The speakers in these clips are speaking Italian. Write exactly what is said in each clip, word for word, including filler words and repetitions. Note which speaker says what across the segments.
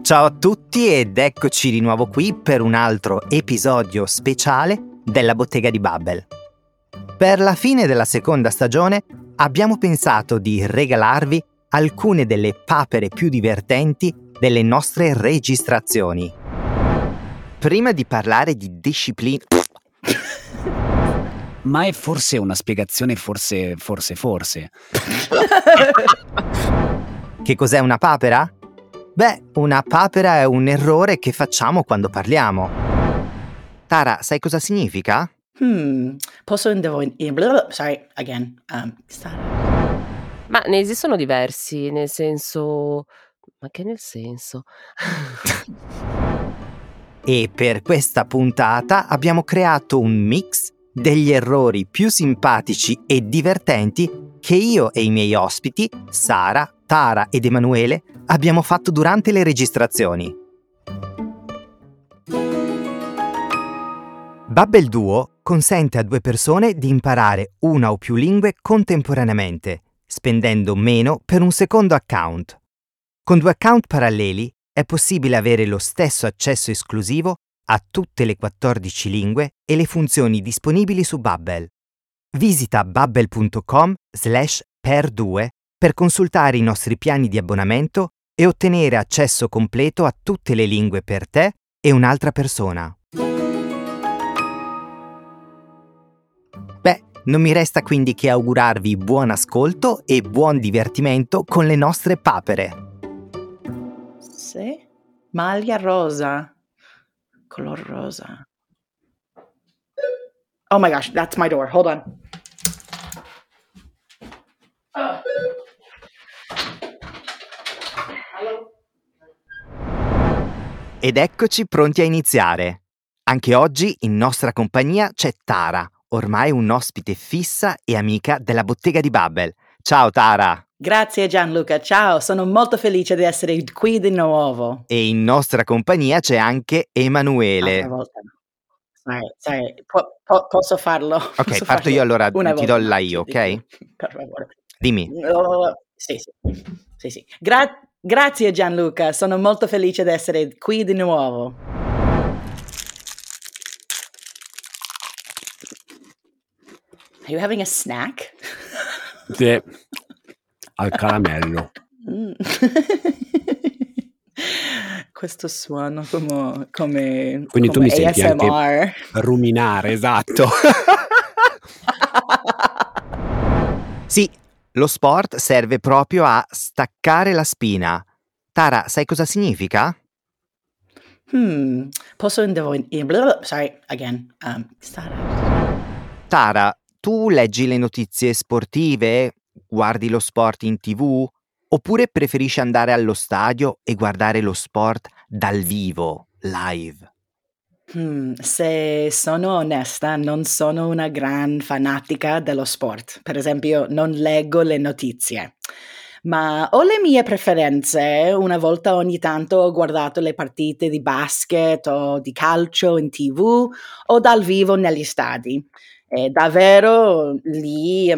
Speaker 1: Ciao a tutti ed eccoci di nuovo qui per un altro episodio speciale della Bottega di Babbel. Per la fine della seconda stagione abbiamo pensato di regalarvi alcune delle papere più divertenti delle nostre registrazioni. Prima di parlare di disciplina...
Speaker 2: Ma è forse una spiegazione, forse, forse, forse.
Speaker 1: Che cos'è una papera? Beh, una papera è un errore che facciamo quando parliamo. Tara, sai cosa significa?
Speaker 3: Hmm, posso indovinare? Sorry, again. Um,
Speaker 4: Ma ne esistono diversi, nel senso... Ma che nel senso?
Speaker 1: E per questa puntata abbiamo creato un mix degli errori più simpatici e divertenti che io e i miei ospiti, Sara, Tara ed Emanuele, abbiamo fatto durante le registrazioni. Babbel Duo consente a due persone di imparare una o più lingue contemporaneamente, spendendo meno per un secondo account. Con due account paralleli è possibile avere lo stesso accesso esclusivo a tutte le quattordici lingue e le funzioni disponibili su Babbel. Visita babbel punto com slash per due per consultare i nostri piani di abbonamento e ottenere accesso completo a tutte le lingue per te e un'altra persona. Beh, non mi resta quindi che augurarvi buon ascolto e buon divertimento con le nostre papere.
Speaker 3: Sì? Maglia rosa. Color rosa. Oh my gosh, that's my door. Hold on. Oh. Hello?
Speaker 1: Ed eccoci pronti a iniziare. Anche oggi in nostra compagnia c'è Tara, ormai un ospite fissa e amica della Bottega di Babbel. Ciao Tara!
Speaker 3: Grazie Gianluca, ciao, sono molto felice di essere qui di nuovo.
Speaker 1: E in nostra compagnia c'è anche Emanuele.
Speaker 3: Altra volta. Sai, sai, po- po- posso farlo?
Speaker 1: Ok,
Speaker 3: posso
Speaker 1: parto
Speaker 3: farlo
Speaker 1: io allora,
Speaker 3: una
Speaker 1: ti
Speaker 3: volta,
Speaker 1: do la io,
Speaker 3: no,
Speaker 1: ok?
Speaker 3: Per favore.
Speaker 1: Dimmi.
Speaker 3: Oh, sì, sì, sì, sì. Gra- grazie Gianluca, sono molto felice di essere qui di nuovo. Are you having a snack?
Speaker 2: Sì, al caramello.
Speaker 3: Mm. Questo suono come, come,
Speaker 2: Quindi tu
Speaker 3: come
Speaker 2: mi senti
Speaker 3: A S M R.
Speaker 2: anche ruminare, esatto.
Speaker 1: Sì, lo sport serve proprio a staccare la spina. Tara, sai cosa significa?
Speaker 3: Hmm, posso indovinare? Sorry, again. Um,
Speaker 1: Tara, tu leggi le notizie sportive? Guardi lo sport in tivù? Oppure preferisci andare allo stadio e guardare lo sport dal vivo, live?
Speaker 3: Hmm, se sono onesta, non sono una gran fanatica dello sport. Per esempio, non leggo le notizie. Ma ho le mie preferenze. Una volta ogni tanto ho guardato le partite di basket o di calcio in tivù o dal vivo negli stadi. E davvero gli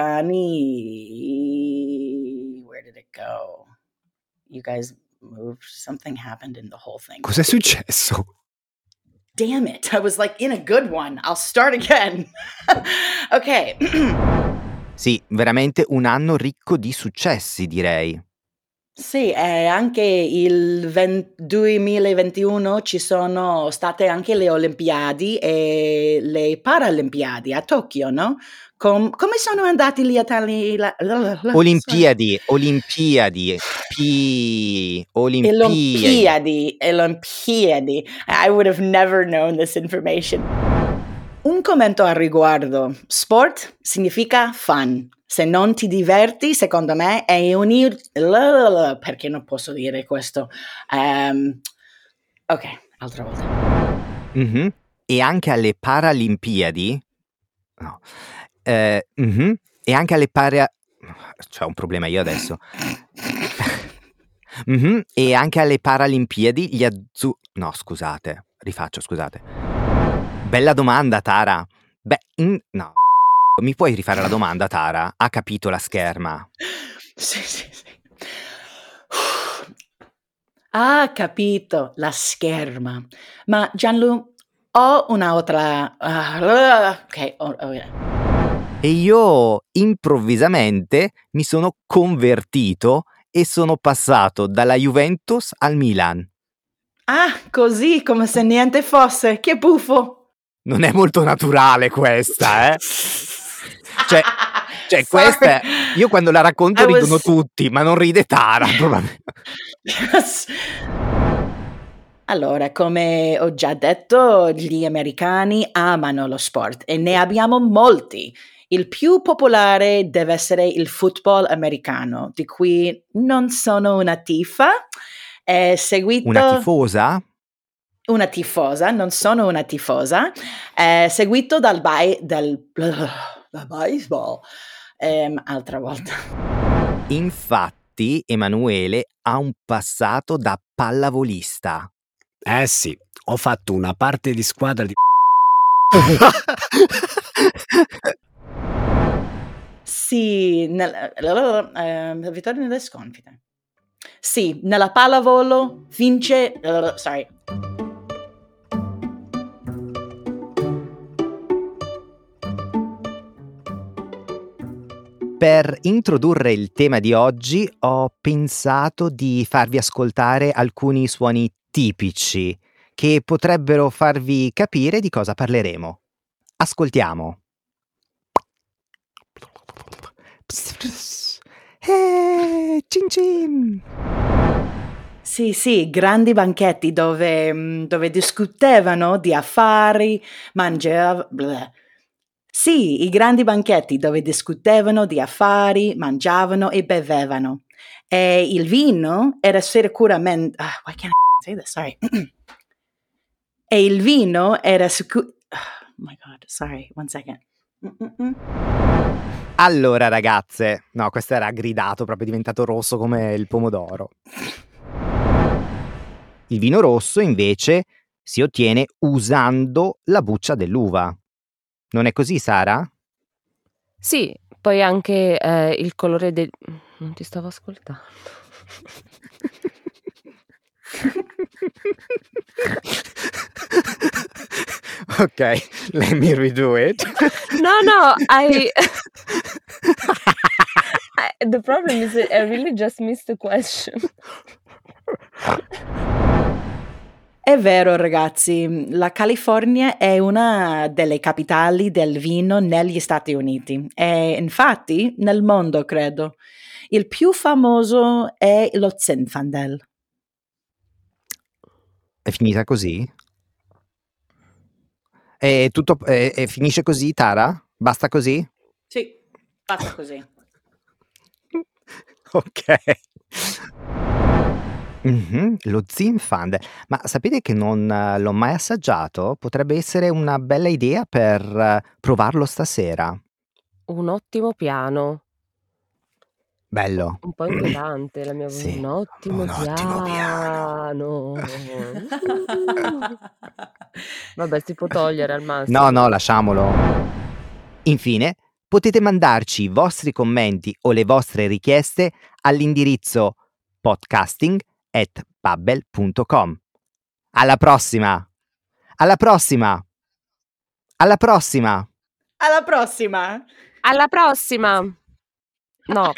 Speaker 3: americani... Where did it go? You guys moved. Something happened in the whole thing.
Speaker 2: Cos'è successo?
Speaker 3: Damn it, I was like in a good one. I'll start again. Ok.
Speaker 1: Sì, veramente un anno ricco di successi, direi.
Speaker 3: Sì, e anche il ven- duemilaventuno ci sono state anche le Olimpiadi e le Paralimpiadi a Tokyo, no? Com- come sono andati gli italiani? La- la- la- la-
Speaker 1: Olimpiadi, Olimpiadi, P... Olimpiadi.
Speaker 3: Olimpiadi, Olimpiadi. I would have never known this information. Un commento al riguardo. Sport significa fun. Se non ti diverti, secondo me, è un... Perché non posso dire questo? Um, ok, altra volta.
Speaker 1: Mhm. E anche alle Paralimpiadi? No. Eh, mhm. E anche alle para... C'ho un problema io adesso. Mhm. E anche alle Paralimpiadi gli azzu... No, scusate. Rifaccio, scusate. Bella domanda, Tara. Beh, in... no. Mi puoi rifare la domanda, Tara? Ha capito la scherma.
Speaker 3: Sì, sì, sì. Ah, capito, la scherma. Ma Gianlu, ho un'altra... ah, ok, oh, oh, yeah.
Speaker 1: E io improvvisamente mi sono convertito e sono passato dalla Juventus al Milan.
Speaker 3: Ah, così, come se niente fosse. Che buffo!
Speaker 1: Non è molto naturale questa, eh? Cioè, cioè
Speaker 3: Sorry.
Speaker 1: questa è... Io quando la racconto
Speaker 3: I
Speaker 1: ridono
Speaker 3: was-
Speaker 1: tutti, ma non ride Tara, probabilmente.
Speaker 3: Yes. Allora, come ho già detto, gli americani amano lo sport e ne abbiamo molti. Il più popolare deve essere il football americano, di cui non sono una tifa, è seguito...
Speaker 1: Una tifosa?
Speaker 3: Una tifosa, non sono una tifosa, è seguito dal, bai- dal, dal baseball. Ehm, altra volta.
Speaker 1: Infatti, Emanuele ha un passato da pallavolista.
Speaker 2: Eh sì, ho fatto una parte di squadra di...
Speaker 3: Sì, nel, eh, vittoria nelle sconfitte. Sì, nella pallavolo vince... Uh, sorry.
Speaker 1: Per introdurre il tema di oggi ho pensato di farvi ascoltare alcuni suoni tipici che potrebbero farvi capire di cosa parleremo. Ascoltiamo. Eh, cin cin.
Speaker 3: Sì, sì, grandi banchetti dove, dove discutevano di affari, mangiavano... Sì, i grandi banchetti dove discutevano di affari, mangiavano e bevevano. E il vino era sicuramente... ah, why can't I say this? Sorry. E il vino era sicuramente... Oh my God, sorry, one second. Mm-mm-mm.
Speaker 1: Allora ragazze, no, questo era gridato, proprio diventato rosso come il pomodoro. Il vino rosso invece si ottiene usando la buccia dell'uva. Non è così, Sara?
Speaker 4: Sì, poi anche eh, il colore del... Non ti stavo ascoltando.
Speaker 1: Ok, let me redo it.
Speaker 4: No, no, I... I... The problem is that I really just missed the question.
Speaker 3: È vero, ragazzi, la California è una delle capitali del vino negli Stati Uniti e infatti nel mondo, credo. Il più famoso è lo Zinfandel.
Speaker 1: È finita così? E tutto e, e finisce così, Tara? Basta così?
Speaker 3: Sì, basta così.
Speaker 1: Ok. Mhm, lo Zinfandel. Ma sapete che non eh, l'ho mai assaggiato? Potrebbe essere una bella idea per eh, provarlo stasera.
Speaker 4: Un ottimo piano.
Speaker 1: Bello.
Speaker 4: Un po' inquietante la mia voce.
Speaker 1: Sì,
Speaker 4: Un ottimo
Speaker 1: un ottimo
Speaker 4: piano. Vabbè, si può togliere al massimo.
Speaker 1: No, no, lasciamolo. Infine, potete mandarci i vostri commenti o le vostre richieste all'indirizzo podcasting at babbel punto com. Alla prossima! Alla prossima! Alla prossima!
Speaker 3: Alla prossima!
Speaker 4: Alla prossima! No.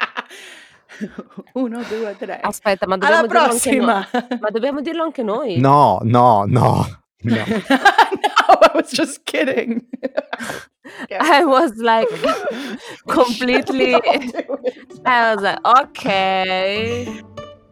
Speaker 3: Uno, due, tre.
Speaker 4: Aspetta, ma
Speaker 3: Alla
Speaker 4: dobbiamo dirlo anche
Speaker 3: prossima!
Speaker 4: noi. Ma dobbiamo dirlo anche noi?
Speaker 1: No, no, no, no.
Speaker 3: No, I was just kidding.
Speaker 4: I was like completely... I was like, ok.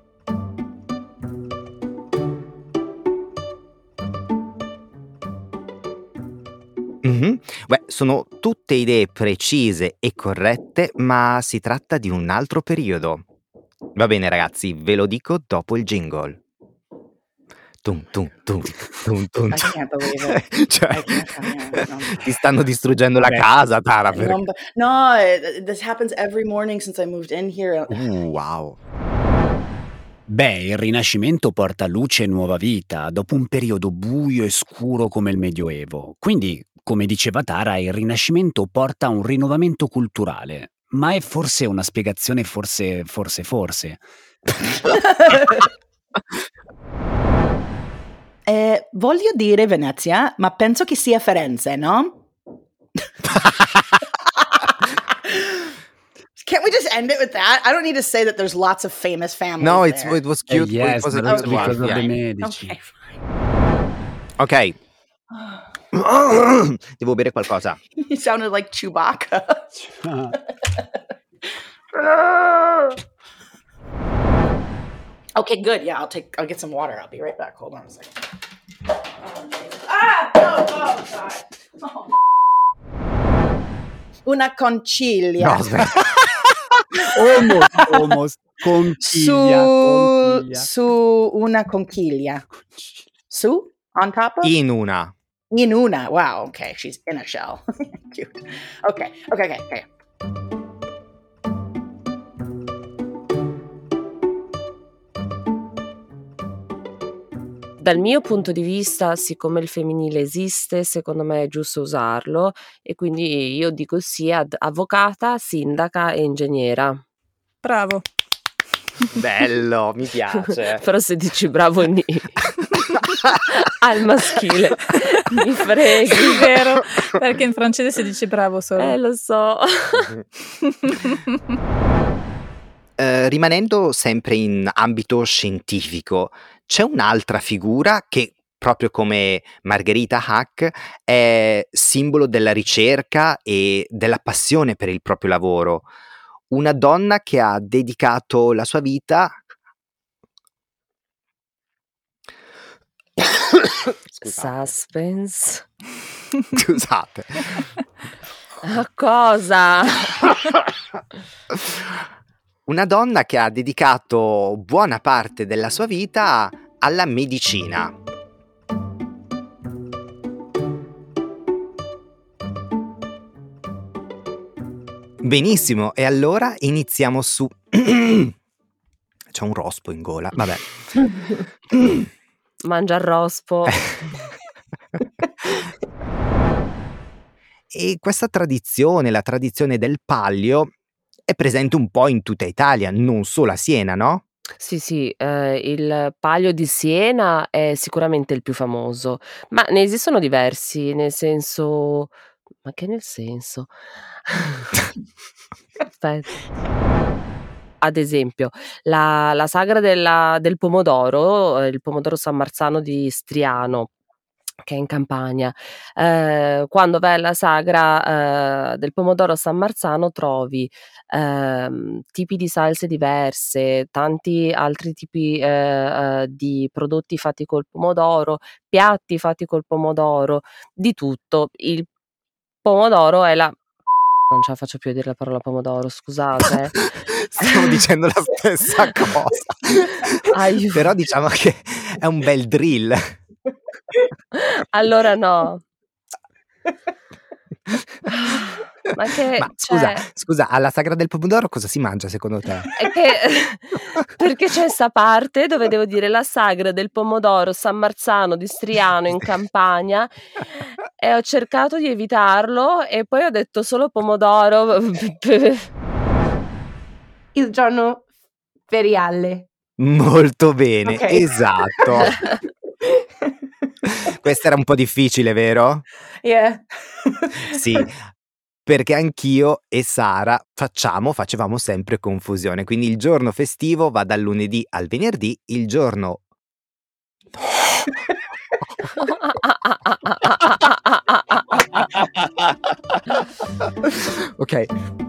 Speaker 1: Mhm. Beh, sono tutte idee precise e corrette, ma si tratta di un altro periodo. Va bene, ragazzi, ve lo dico dopo il jingle. Tum, tum, tum, tum, tum.
Speaker 3: I can't believe it.
Speaker 1: Cioè,
Speaker 3: I can't, I can't.
Speaker 1: ti stanno distruggendo la
Speaker 2: Beh.
Speaker 1: casa, Tara. perché-
Speaker 3: No, no, eh, this happens every morning since I moved in here.
Speaker 1: Uh, wow.
Speaker 2: Beh, il Rinascimento porta luce e nuova vita dopo un periodo buio e scuro come il Medioevo. Quindi, come diceva Tara, il Rinascimento porta un rinnovamento culturale. Ma è forse una spiegazione forse, forse, forse.
Speaker 3: Eh, voglio dire Venezia, ma penso che sia Firenze, no? Can't we just end it with that? I don't need to say that there's lots of famous families
Speaker 1: No, it's,
Speaker 3: there.
Speaker 1: it was
Speaker 2: Eh,
Speaker 1: cute.
Speaker 2: yes,
Speaker 1: it was a
Speaker 2: but
Speaker 1: cute
Speaker 2: it's because
Speaker 1: one.
Speaker 2: of the
Speaker 1: Yeah.
Speaker 2: medici.
Speaker 3: Okay, fine.
Speaker 1: Ok. Devo bere qualcosa.
Speaker 3: You sounded like Chewbacca. Okay, good. Yeah, I'll take. I'll get some water. I'll be right back. Hold on a second. Ah! No! Oh, God. Oh. Una conciglia.
Speaker 1: No, aspetta.
Speaker 2: Almost, almost. Conchiglia,
Speaker 3: Su,
Speaker 2: conchiglia.
Speaker 3: su una conchiglia. Su? On top of?
Speaker 1: In una.
Speaker 3: In una. Wow, okay. She's in a shell. Cute. Okay, okay, okay, okay.
Speaker 4: Dal mio punto di vista, siccome il femminile esiste, secondo me è giusto usarlo e quindi io dico sì ad avvocata, sindaca e ingegnera.
Speaker 5: Bravo.
Speaker 1: Bello, mi piace.
Speaker 4: Però se dici bravo ni al maschile mi freghi.
Speaker 5: È vero, perché in francese si dice bravo solo.
Speaker 4: Eh, lo so.
Speaker 1: Eh, rimanendo sempre in ambito scientifico, c'è un'altra figura che, proprio come Margherita Hack, è simbolo della ricerca e della passione per il proprio lavoro. Una donna che ha dedicato la sua vita... Scusate.
Speaker 4: Suspense.
Speaker 1: Scusate.
Speaker 4: A cosa?
Speaker 1: Una donna che ha dedicato buona parte della sua vita alla medicina. Benissimo, e allora iniziamo su... C'è un rospo in gola, vabbè.
Speaker 4: Mangia il rospo.
Speaker 1: E questa tradizione, la tradizione del Palio, è presente un po' in tutta Italia, non solo a Siena, no?
Speaker 4: Sì, sì, eh, il Palio di Siena è sicuramente il più famoso, ma ne esistono diversi, nel senso... Ma che nel senso? Aspetta. Ad esempio, la, la sagra della, del pomodoro, eh, il pomodoro San Marzano di Striano, che è in Campania. Eh, quando vai alla sagra eh, del pomodoro San Marzano trovi ehm, tipi di salse diverse, tanti altri tipi eh, eh, di prodotti fatti col pomodoro, piatti fatti col pomodoro, di tutto. Il pomodoro è la... Non ce la faccio più a dire la parola pomodoro, scusate.
Speaker 1: Stiamo dicendo la stessa cosa.
Speaker 4: Aiuto.
Speaker 1: Però diciamo che è un bel drill.
Speaker 4: Allora no. Ma che...
Speaker 1: Ma scusa,
Speaker 4: cioè...
Speaker 1: scusa, alla sagra del pomodoro cosa si mangia secondo te?
Speaker 4: È che perché c'è sta parte dove devo dire la sagra del pomodoro San Marzano di Striano in Campania e ho cercato di evitarlo e poi ho detto solo pomodoro.
Speaker 6: Il giorno feriale.
Speaker 1: Molto bene,
Speaker 6: Ok.
Speaker 1: esatto. Questa era un po' difficile, vero?
Speaker 6: Yeah.
Speaker 1: Sì, perché anch'io e Sara facciamo, facevamo sempre confusione. Quindi il giorno festivo va dal lunedì al venerdì, il giorno... Ok.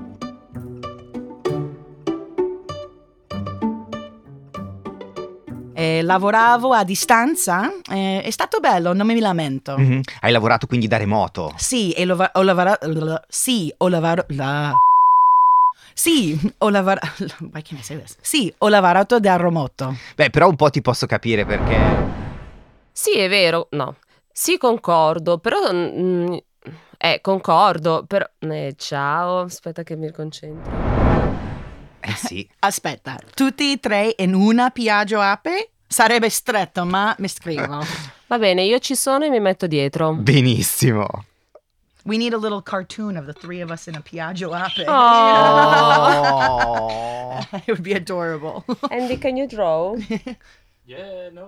Speaker 3: Eh, lavoravo a distanza, eh, è stato bello, non mi lamento.
Speaker 1: Mhm. Hai lavorato quindi da remoto?
Speaker 3: Sì, e lova- ho lavorato. Sì, ho lavorato. La... Sì, ho lavorato. Why can't I say this? Sì, ho lavorato da remoto.
Speaker 1: Beh, però un po' ti posso capire perché...
Speaker 4: Sì, è vero, no. Sì, concordo, però... mm, eh, concordo, però... Eh, ciao, aspetta che mi concentro.
Speaker 1: Eh sì.
Speaker 3: Aspetta, tutti e tre in una Piaggio Ape? Sarebbe stretto, ma mi scrivo.
Speaker 4: Va bene, io ci sono e mi metto dietro.
Speaker 1: Benissimo.
Speaker 3: We need a little cartoon of the three of us in a Piaggio Ape.
Speaker 4: Oh.
Speaker 3: It would be adorable.
Speaker 4: Andy, can you draw?
Speaker 7: Yeah, no.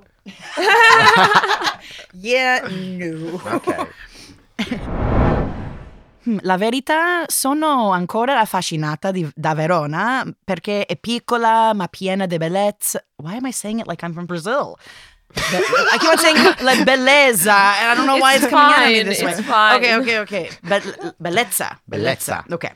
Speaker 3: Yeah, no.
Speaker 1: Ok.
Speaker 3: La verità, sono ancora affascinata di- da Verona perché è piccola ma piena di bellezza. Why am I saying it like I'm from Brazil? Be- I keep on saying like bellezza, and I don't know why it's
Speaker 4: It's
Speaker 3: coming out of me
Speaker 4: fine,
Speaker 3: this way.
Speaker 4: it's fine.
Speaker 3: Okay, okay, okay. Be- bellezza.
Speaker 1: Bellezza.
Speaker 3: Ok.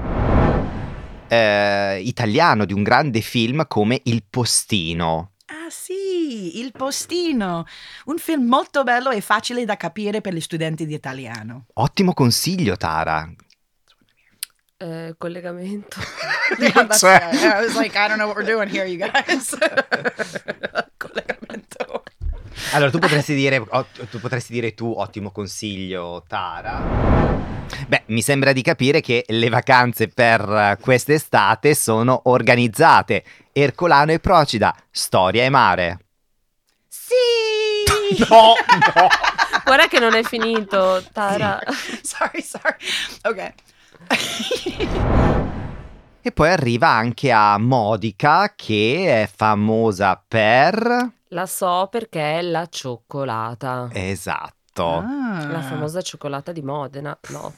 Speaker 1: Eh, italiano di un grande film come Il Postino.
Speaker 3: Ah sì, Il Postino. Un film molto bello e facile da capire per gli studenti di italiano.
Speaker 1: Ottimo consiglio, Tara.
Speaker 4: Eh, collegamento.
Speaker 3: Yeah, that's
Speaker 1: Cioè-
Speaker 3: right. I was like, I don't know what we're doing here, you guys. Collegamento.
Speaker 1: Allora, tu potresti dire, ot- tu potresti dire tu, ottimo consiglio, Tara. Beh, mi sembra di capire che le vacanze per eh, quest'estate sono organizzate. Ercolano e Procida, storia e mare.
Speaker 3: Sì!
Speaker 1: No, no.
Speaker 4: Guarda che non è finito, Tara.
Speaker 3: Sorry, sorry. Ok.
Speaker 1: E poi arriva anche a Modica, che è famosa per...
Speaker 4: La so perché è la cioccolata.
Speaker 1: Esatto.
Speaker 3: Ah.
Speaker 4: La famosa cioccolata di Modena, no.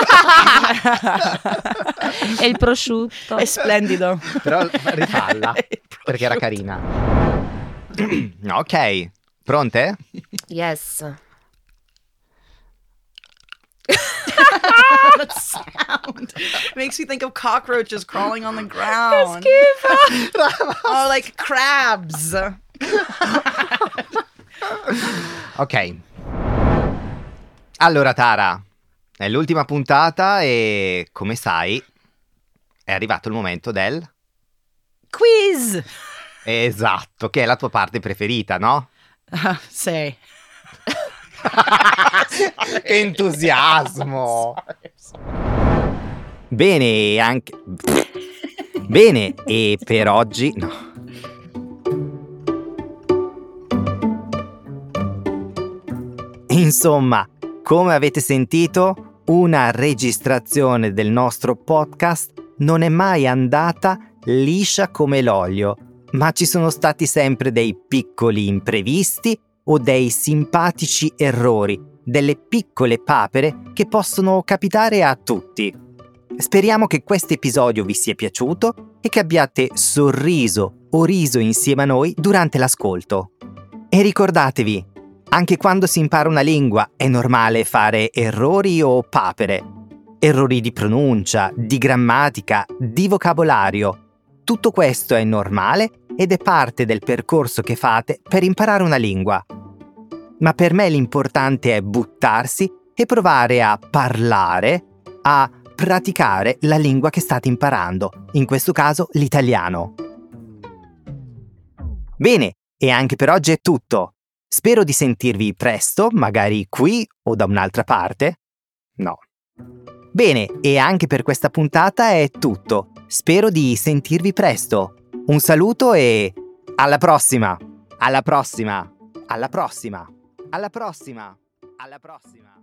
Speaker 4: E il prosciutto.
Speaker 3: È splendido.
Speaker 1: Però rifalla, perché era carina. Ok, pronte?
Speaker 4: Yes.
Speaker 3: That sound makes me think of cockroaches crawling on the ground. Oh, like crabs.
Speaker 1: Ok. Allora, Tara, è l'ultima puntata e, come sai, è arrivato il momento del...
Speaker 3: Quiz.
Speaker 1: Esatto, che è la tua parte preferita, no?
Speaker 3: Ah, sì.
Speaker 1: Che entusiasmo! Bene, anche... Bene, e per oggi... No. Insomma, come avete sentito, una registrazione del nostro podcast non è mai andata liscia come l'olio, ma ci sono stati sempre dei piccoli imprevisti o dei simpatici errori, delle piccole papere che possono capitare a tutti. Speriamo che questo episodio vi sia piaciuto e che abbiate sorriso o riso insieme a noi durante l'ascolto. E ricordatevi, anche quando si impara una lingua è normale fare errori o papere. Errori di pronuncia, di grammatica, di vocabolario. Tutto questo è normale ed è parte del percorso che fate per imparare una lingua. Ma per me l'importante è buttarsi e provare a parlare, a praticare la lingua che state imparando, in questo caso l'italiano. Bene, e anche per oggi è tutto. Spero di sentirvi presto, magari qui o da un'altra parte. No. Bene, e anche per questa puntata è tutto. Spero di sentirvi presto. Un saluto e alla prossima! Alla prossima! Alla prossima! Alla prossima! Alla prossima!